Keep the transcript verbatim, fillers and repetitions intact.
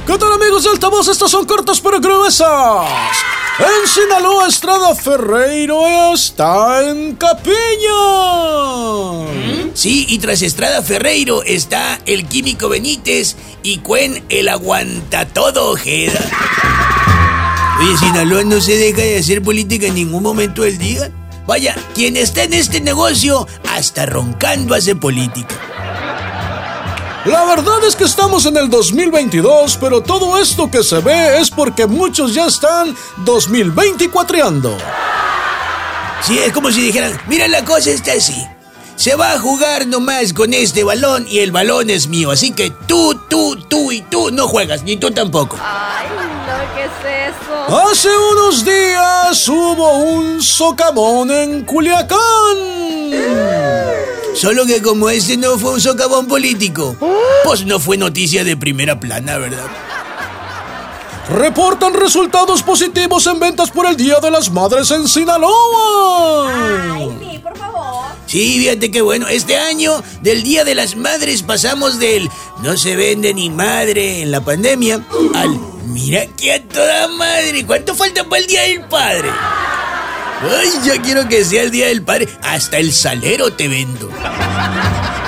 ¿Qué tal, amigos de Altavoz? Estas son cortas pero gruesas. En Sinaloa, Estrada Ferreiro está en Capiña. Sí, y tras Estrada Ferreiro está el Químico Benítez y Cuen el Aguantatodo Ojeda. Oye, Sinaloa no se deja de hacer política en ningún momento del día. Vaya, quien está en este negocio hasta roncando hace política. La verdad es que estamos en el dos mil veintidós, pero todo esto que se ve es porque muchos ya están dos mil veinticuatreando. Sí, es como si dijeran, mira, la cosa está así. Se va a jugar nomás con este balón y el balón es mío. Así que tú, tú, tú y tú no juegas, ni tú tampoco. Ay, no, ¿qué es eso? Hace unos días hubo un socavón en Culiacán. Solo que como este no fue un socavón político, pues no fue noticia de primera plana, ¿verdad? Reportan resultados positivos en ventas por el Día de las Madres en Sinaloa. Ay, sí, por favor. Sí, fíjate qué bueno. Este año, del Día de las Madres, pasamos del no se vende ni madre en la pandemia al mira que a toda madre. ¿Cuánto falta para el Día del Padre? Ay, ya quiero que sea el Día del Padre. Hasta el salero te vendo.